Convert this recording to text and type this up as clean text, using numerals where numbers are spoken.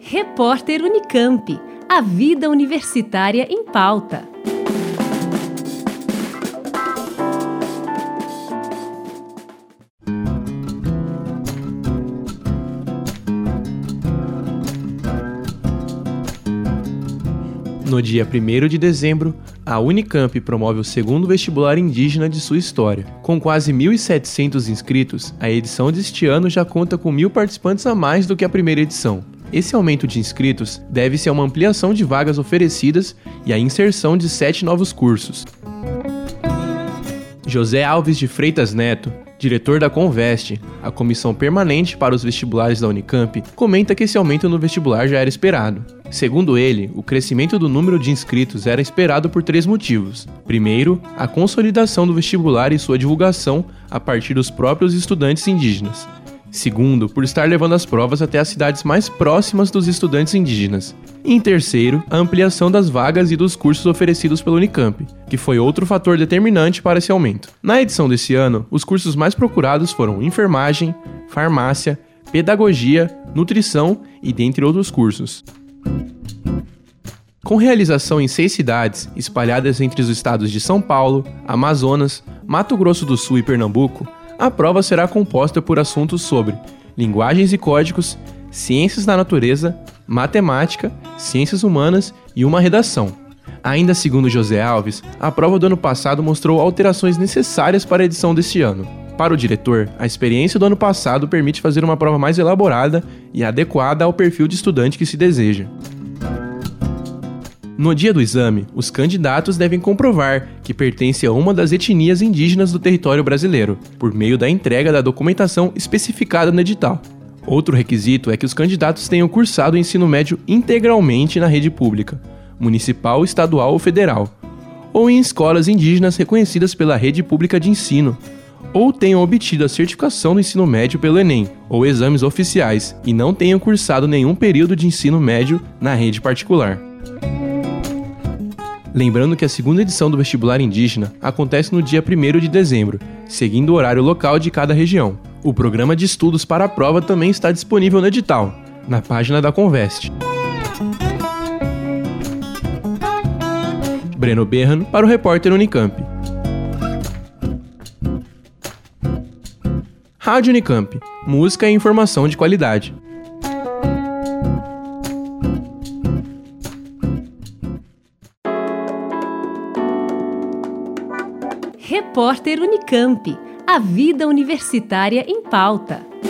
Repórter Unicamp. A vida universitária em pauta. No dia 1º de dezembro, a Unicamp promove o segundo vestibular indígena de sua história. Com quase 1.700 inscritos, a edição deste ano já conta com 1.000 participantes a mais do que a primeira edição. Esse aumento de inscritos deve-se a uma ampliação de vagas oferecidas e à inserção de 7 novos cursos. José Alves de Freitas Neto, diretor da Conveste, a comissão permanente para os vestibulares da Unicamp, comenta que esse aumento no vestibular já era esperado. Segundo ele, o crescimento do número de inscritos era esperado por 3 motivos. Primeiro, a consolidação do vestibular e sua divulgação a partir dos próprios estudantes indígenas. Segundo, por estar levando as provas até as cidades mais próximas dos estudantes indígenas. E em terceiro, a ampliação das vagas e dos cursos oferecidos pela Unicamp, que foi outro fator determinante para esse aumento. Na edição desse ano, os cursos mais procurados foram enfermagem, farmácia, pedagogia, nutrição e dentre outros cursos. Com realização em 6 cidades, espalhadas entre os estados de São Paulo, Amazonas, Mato Grosso do Sul e Pernambuco, a prova será composta por assuntos sobre linguagens e códigos, ciências da natureza, matemática, ciências humanas e uma redação. Ainda segundo José Alves, a prova do ano passado mostrou alterações necessárias para a edição deste ano. Para o diretor, a experiência do ano passado permite fazer uma prova mais elaborada e adequada ao perfil de estudante que se deseja. No dia do exame, os candidatos devem comprovar que pertencem a uma das etnias indígenas do território brasileiro, por meio da entrega da documentação especificada no edital. Outro requisito é que os candidatos tenham cursado o ensino médio integralmente na rede pública, municipal, estadual ou federal, ou em escolas indígenas reconhecidas pela rede pública de ensino, ou tenham obtido a certificação do ensino médio pelo Enem, ou exames oficiais, e não tenham cursado nenhum período de ensino médio na rede particular. Lembrando que a segunda edição do vestibular indígena acontece no dia 1º de dezembro, seguindo o horário local de cada região. O programa de estudos para a prova também está disponível no edital, na página da Conveste. Breno Berran para o Repórter Unicamp. Rádio Unicamp, música e informação de qualidade. Repórter Unicamp. A vida universitária em pauta.